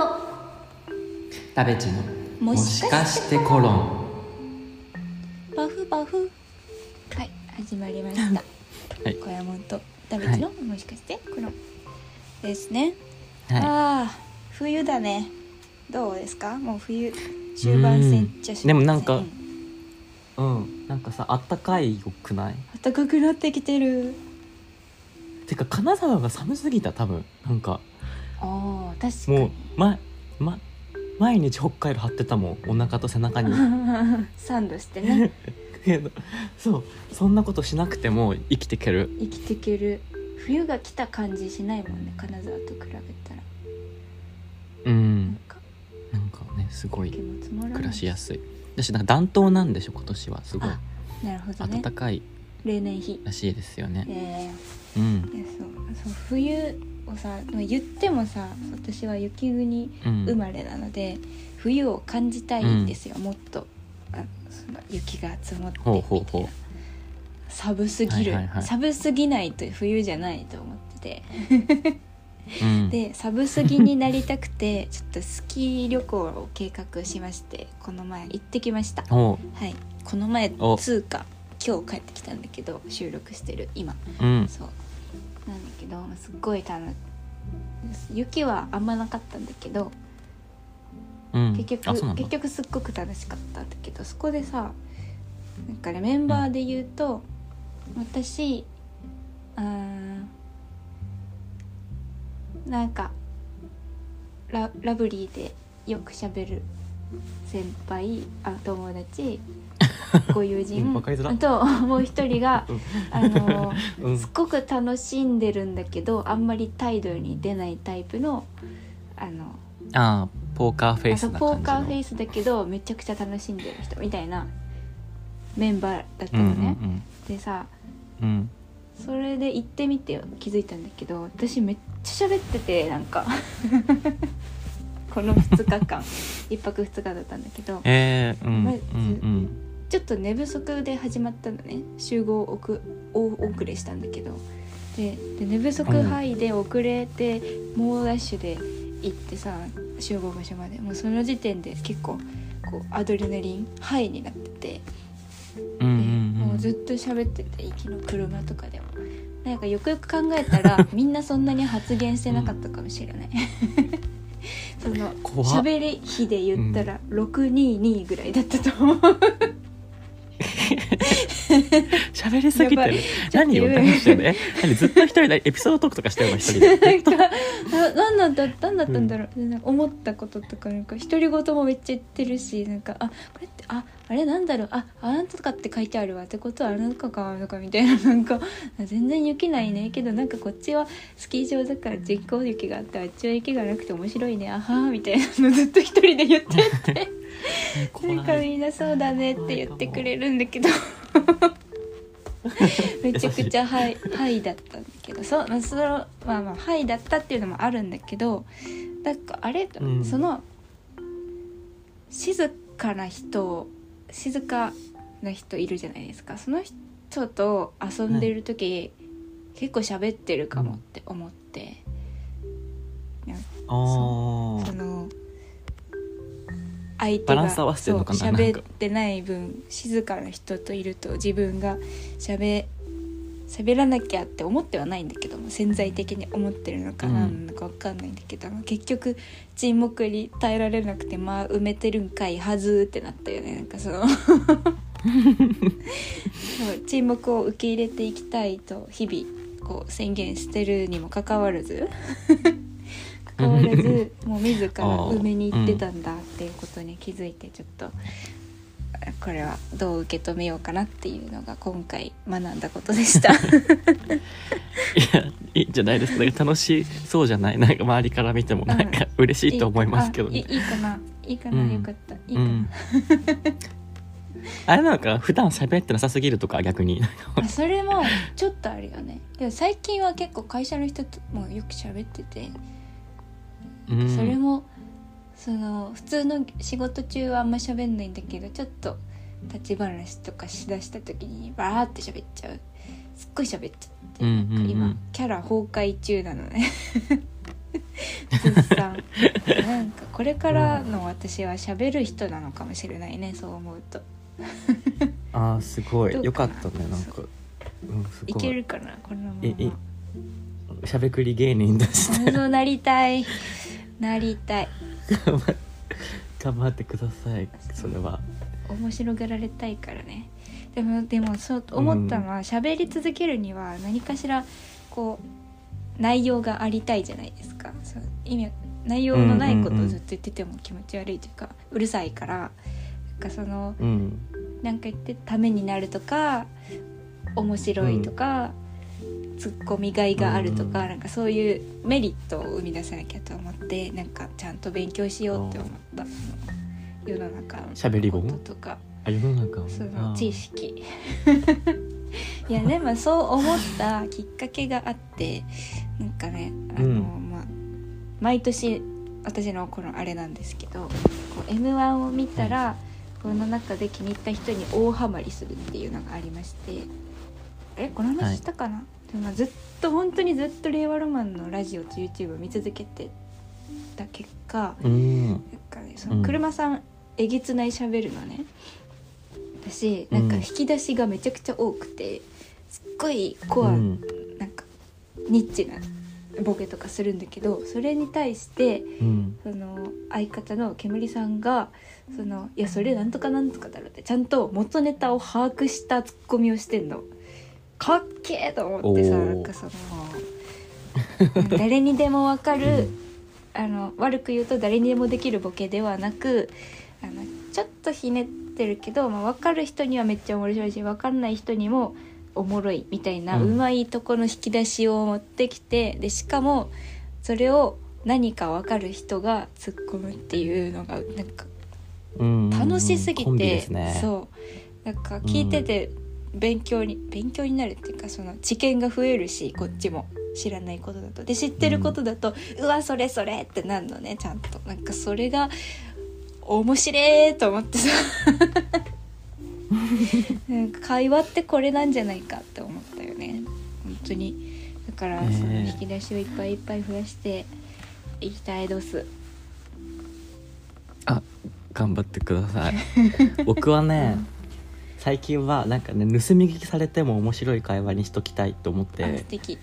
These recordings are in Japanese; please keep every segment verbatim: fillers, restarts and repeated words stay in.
食べちのももしかしてコロン。 パフパフ。はい、始まりました。 はい、 小山と食べちの、はい、もしかしてコロンですね。 はい、 ああ、冬だね。どうですか？もう冬終盤戦っちゃ終盤戦。 でもなんか、うん、うん、なんかさ、あったかいよくない？ あったかくなってきてる。 てか金沢が寒すぎた、多分。なんかああ、確かにもう、ま、ま、毎日北海道張ってたもん、お腹と背中にサンドしてねそう、そんなことしなくても生きていける。 生きていける。冬が来た感じしないもんね、金沢と比べたら。 うん、 なんかなんかね、すごい暮らしやすい。私なんか暖冬なんでしょ、今年は。すごいなるほど、ね、 暖かい例年比らしいですよね。 えー、うん、 いやそうそう冬をさ、言ってもさ、私は雪国生まれなので、うん、冬を感じたいんですよ、うん、もっとあその雪が積もってみたいな。ほうほうほう。寒すぎる、はいはいはい、寒すぎないと冬じゃないと思っててうん、で寒すぎになりたくてちょっとスキー旅行を計画しまして、この前行ってきました。はい、この前つうか今日帰ってきたんだけど、収録してる今、うん、そうなんだけど、すっごい楽しい。雪はあんまなかったんだけど、うん、結局結局すっごく楽しかったんだけど、そこでさ、なんかね、メンバーで言うと、うん、私あーなんか ラ, ラブリーでよくしゃべる先輩、あ友達ご友人、うん、ともう一人があの、うん、すっごく楽しんでるんだけどあんまり態度に出ないタイプのあのあポーカーフェイスな感じの、 ポーカーフェイスだけどめちゃくちゃ楽しんでる人みたいなメンバーだったのね、うんうんうん、でさ、うん、それで行ってみて気づいたんだけど、私めっちゃ喋ってて、なんかこのふつかかんいっぱくふつかだったんだけど、 えーうんまずうんうん、 ちょっと寝不足で始まったのね。集合遅遅れしたんだけど、 で, で寝不足ハイで遅れて、猛ダッシュで行ってさ、集合場所までもうその時点で結構こうアドレナリンハイになってて、 うんうんうん、 もうずっと喋ってて、行きの車とかでもなんかよくよく考えたらみんなそんなに発言してなかったかもしれない、うん、その喋り比で言ったらろくにーにーぐらいだったと思う喋りすぎてる。何を何してるの？え、何ずっと一人でエピソードトークとかしてるの？一人でなんか何だった何だったんだろう、うん、思ったこととか、なんか独り言もめっちゃ言ってるし、なんかあこれってああれなんだろう、ああなたとかって書いてあるわってことはあなたかとかみたいな、なんか全然雪ないねけど、なんかこっちはスキー場だから人工雪があって、あっちは雪がなくて面白いね、あはーみたいなのずっと一人で言っててなんかみんなそうだねって言ってくれるんだけどめちゃくちゃハイ、ハイだったんだけど、そそのまあまあハイだったっていうのもあるんだけど、なんかあれ、うん、その静かな人静かな人いるじゃないですか。その人と遊んでる時、うん、結構喋ってるかもって思って、うん、そ, その相手が喋ってない分、静かな人といると自分が喋喋らなきゃって思ってはないんだけども、潜在的に思ってるのか何なのか分かんないんだけど、うん、結局沈黙に耐えられなくて、まあ埋めてるんかいはずってなったよね。なんかそのそう沈黙を受け入れていきたいと日々こう宣言してるにもかかわらず関わらずもう自ら埋めに行ってたんだっていうことに気づいて、ちょっとこれはどう受け止めようかなっていうのが今回学んだことでしたいや、いいんじゃないですか。楽しそうじゃない？なんか周りから見てもなんか嬉しいと思いますけどね。 いい、いいかないいかな、うん、よかったいいかな、うん、 あれなんか普段喋ってなさすぎるとか逆にあそれもちょっとあるよね。でも最近は結構会社の人ともよく喋ってて、それもその普通の仕事中はあんま喋んないんだけど、ちょっと立ち話とかしだした時にバーって喋っちゃう。すっごい喋っちゃって、うんうんうん、なんか今キャラ崩壊中なのね絶賛なんかこれからの私は喋る人なのかもしれないね、そう思うとあーすごいどうよかかなったね、なんか、うん、すいごいけるかなこのまま。 ええしゃべくり芸人としてそうなりたいなりたい頑張頑張ってください。それは面白がられたいからね。でもでもそう思ったのは喋、うん、り続けるには何かしらこう内容がありたいじゃないですか。そう意味内容のないことをずっと言ってても気持ち悪いというか、うんうんうん、うるさいからなんかその、うん、なんか言ってためになるとか面白いとか、うん、ツッコミがいがあるとか、うん、なんかそういうメリットを生み出さなきゃと思ってなんかちゃんと勉強しようって思った。世の中のこととかあ世の中その知識いやでもそう思ったきっかけがあってなんかねあの、うんまあ、毎年私のこのあれなんですけど エムワン を見たら、うん、この中で気に入った人に大ハマりするっていうのがありまして、えこの話したかな、はい、でもずっと本当にずっと令和ロマンのラジオと YouTube を見続けてた結果、うん、なんかねその車さん、うんえげつない喋るのね。私なんか引き出しがめちゃくちゃ多くてすっごいコア、うん、なんかニッチなボケとかするんだけどそれに対して、うん、その相方の煙さんがそのいやそれなんとかなんとかだろうってちゃんと元ネタを把握したツッコミをしてんのかっけーと思ってさなんかその誰にでもわかる、うん、あの悪く言うと誰にでもできるボケではなくあのちょっとひねってるけど、まあ、分かる人にはめっちゃ面白いし分かんない人にもおもろいみたいな、うん、うまいとこの引き出しを持ってきてでしかもそれを何か分かる人が突っ込むっていうのがなんか楽しすぎて、うんうんうんね、そうなんか聞いてて勉強に、うん、勉強になるっていうかその知見が増えるしこっちも知らないことだとで知ってることだと、うん、うわそれそれってなるのねちゃんとなんかそれが面白いと思ってさなんか会話ってこれなんじゃないかって思ったよね本当に。だからその引き出しをいっぱいいっぱい増やしていきたいどす。 あ頑張ってください僕はね、うん、最近はなんかね盗み聞きされても面白い会話にしときたいと思って素敵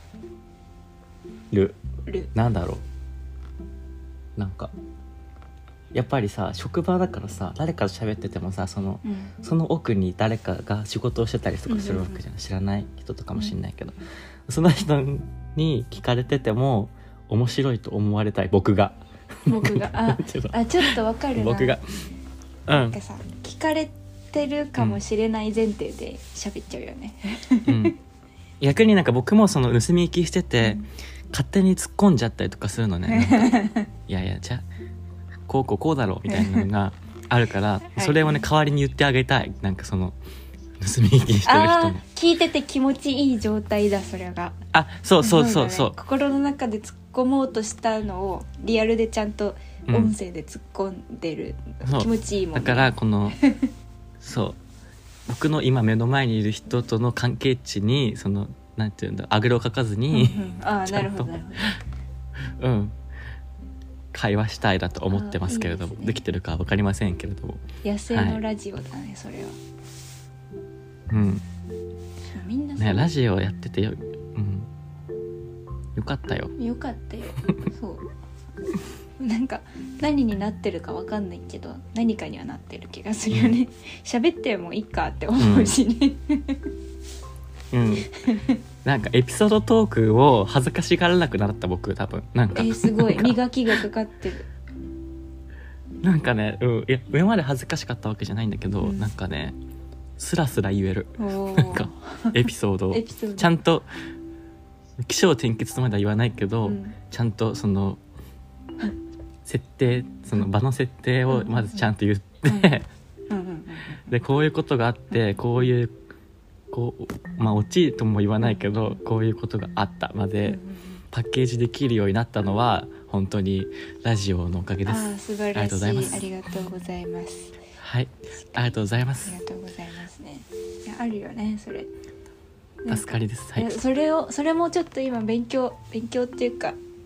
るるなんだろうなんかやっぱりさ職場だからさ誰かと喋っててもさその、うん、その奥に誰かが仕事をしてたりとかするわけじゃない、うんうん、知らない人とかもしれないけど、うん、その人に聞かれてても面白いと思われたい僕が僕がああちょっとわかるな僕が、 うん、なんかさ聞かれてるかもしれない前提で喋っちゃうよね、 うん、逆になんか僕もその盗み聞きしてて、うん、勝手に突っ込んじゃったりとかするのねいやいやじゃあこうこうこうだろうみたいなのがあるからそれをね代わりに言ってあげたいなんかその盗み聞きしてる人も聞いてて気持ちいい状態だそれがあそうそうそうそう、 ね、心の中で突っ込もうとしたのをリアルでちゃんと音声で突っ込んでる、うん、気持ちいいもんね。 だからこのそう僕の今目の前にいる人との関係値にそのなんていうんだあぐらをかかずに、 うんうん、あなるほどなるほどうん会話したいだと思ってますけれども で,、ね、できてるかは分かりませんけれども野生のラジオだね、はい、それはうんみんなねラジオやっててよ、うん、よかったよよかったよそうなんか何になってるか分かんないけど何かにはなってる気がするよね喋、うん、ってもいいかって思うしねうんうんなんかエピソードトークを恥ずかしがらなくなった僕多分なんか、 えー、すごい磨きがかかってるなんかね、うん、いや上まで恥ずかしかったわけじゃないんだけど、うん、なんかねスラスラ言えるなんかエピソードをちゃんと起承転結とまでは言わないけど、うん、ちゃんとその設定その場の設定をまずちゃんと言ってでこういうことがあってこういうこうまあオチとも言わないけどこういうことがあったまでパッケージできるようになったのは本当にラジオのおかげです。 あ素晴らしい。ありがとうございます。 はいありがとうございます。 ありがとうございますね。いやあるよねそれ助かりです。はいそれをそれもちょっと今勉強勉強っていうか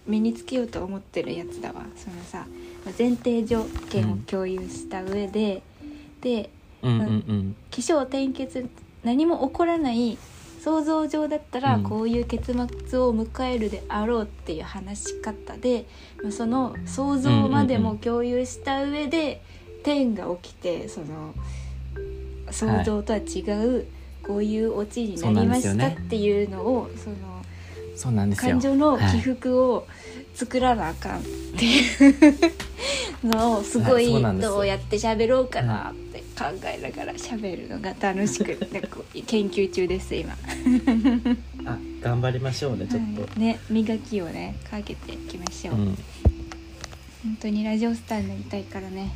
身につけようと思ってるやつだわ。そのさ前提条件を共有した上で、うん、で、 うんうんうん、 起承転結何も起こらない想像上だったらこういう結末を迎えるであろうっていう話し方で、うん、その想像までも共有した上で天が起きてその想像とは違う、はい、こういうオチになりましたっていうのをそのそうなんですよ、 感情の起伏を作らなあかんっていうのをすごいどうやって喋ろうかなって考えながら喋るのが楽しくて研究中です今あ頑張りましょうねちょっと、 はい、ね磨きをねかけていきましょう、うん、本当にラジオスターになりたいからね。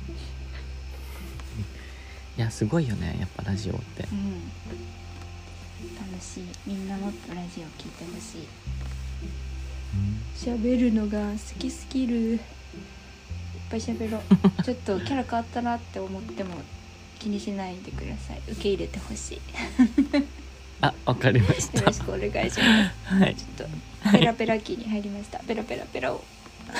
いやすごいよねやっぱラジオって、 うん、楽しい。みんなもっとラジオ聞いてほしい。喋、うん、るのが好きすぎる。いっぱい喋ろうちょっとキャラ変わったなって思っても気にしないでください。受け入れてほしいあ、わかりました。 よろしくお願いします、はい、ちょっとペラペラ期に入りました。ペラペラペラを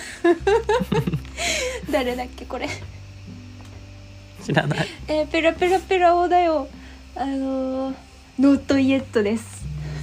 誰だっけこれ知らない。 えー、ペラペラペラをだよ。あのー、ノートイエットです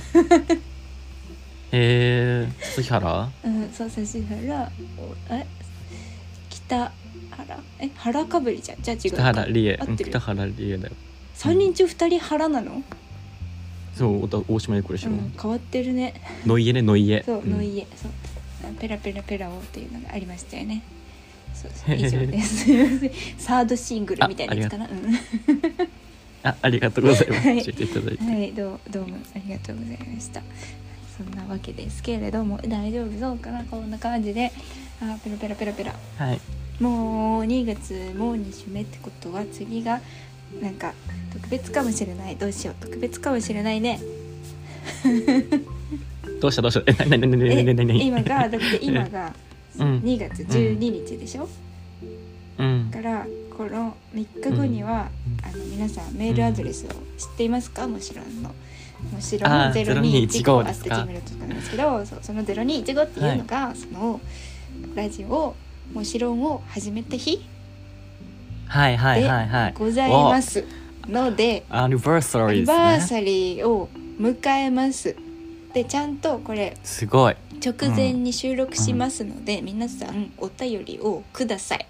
えー、杉原？ うん、そう杉原。え、北原？え、原かぶりじゃん。じゃあ違う。 北原理恵。北原理恵だよ。 三人中二人原なの？ そう、大島優子でしょ、うん。 変わってるね。 ノイエね、ノイエ。 そう、うん、ノイエ。そう。ペラペラペラオっていうのがありましたよね。そうそう以上ですサードシングルみたいなやつかな。 あ、あ, ありがとうございます、はい、教えていただいて、 はい、どう、どうもありがとうございました。そんなわけですけれども大丈夫そうかな。こんな感じであペラペラペラペラ、 はい、 もうにがつもうに週目ってことは次がなんか特別かもしれない。どうしよう、特別かもしれないねどうしたどうした。え、なになになになになに今がだって今がにがつじゅうににちでしょ、うん、だからこのみっかごには、うん、あの皆さんメールアドレスを知っていますか？もちろんのもちろんゼロにいちごアットジーメールドットコムなんですけど、そ, そのゼロにいちごっていうのが、はい、そのラジオもちろんを始めた日はいはいはいはいでございますので、 アニバーサリーですね。 アニバーサリーを迎えます。でちゃんとこれすごい直前に収録しますので、うん、皆さんお便りをください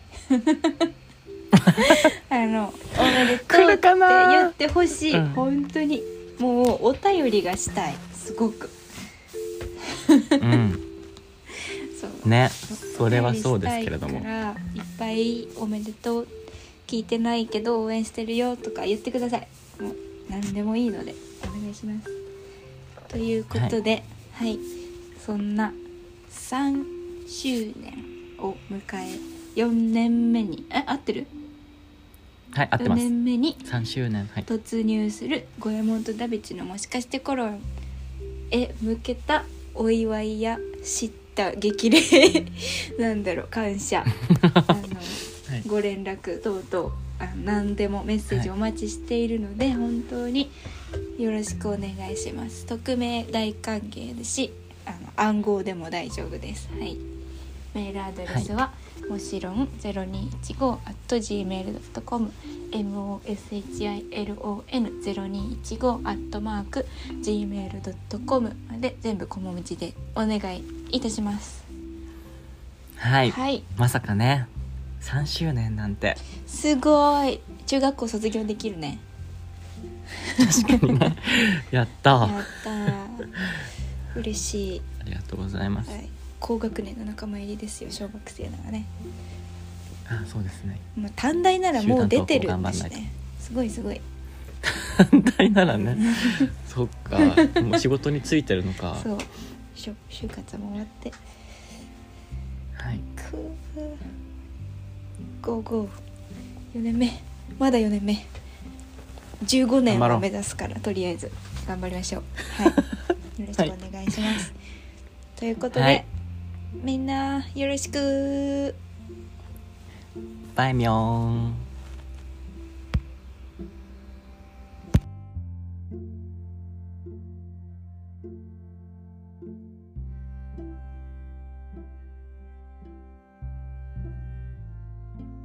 あのおめでとうって言ってほしい、うん、本当にもうお便りがしたいすごくうんそうね、それはそうですけれども、 からいっぱいおめでとう聞いてないけど応援してるよとか言ってください。もう何でもいいのでお願いしますということで、はい、はい、そんなさんしゅうねんを迎えよねんめにえ合ってるはい合ってます。 よねんめにさんしゅうねん、はい、 突入する五右衛門とダビチのもしかしてコロンへ向けたお祝いや知った激励なんだろう感謝あの、はい、ご連絡等々あ何でもメッセージお待ちしているので、はい、本当によろしくお願いします。匿名大歓迎ですしあの暗号でも大丈夫です、はい、メールアドレスは、はい、もちろん ゼロにいちご アット ジーメール ドット コム モシロン ゼロにいちご アットマーク ジーメール ドット コム まで全部小文字でお願いいたします。 はい、はい、まさかねさんしゅうねんなんてすごい。中学校卒業できるね。 確かにねやったやった嬉しい。 ありがとうございます、はい、 高学年の仲間入りですよ。小学生ならね。 あ、そうですね。 まあ、短大ならもう出てるんだしね。すごいすごい。 短大ならねそっかもう仕事についてるのか。 そう就活も終わってはいくゴーゴーよねんめまだよねんめじゅうごねんを目指すからとりあえず頑張りましょう。はいよろしくお願いします、はい、ということで、はい、みんなよろしく。 バイミョーン。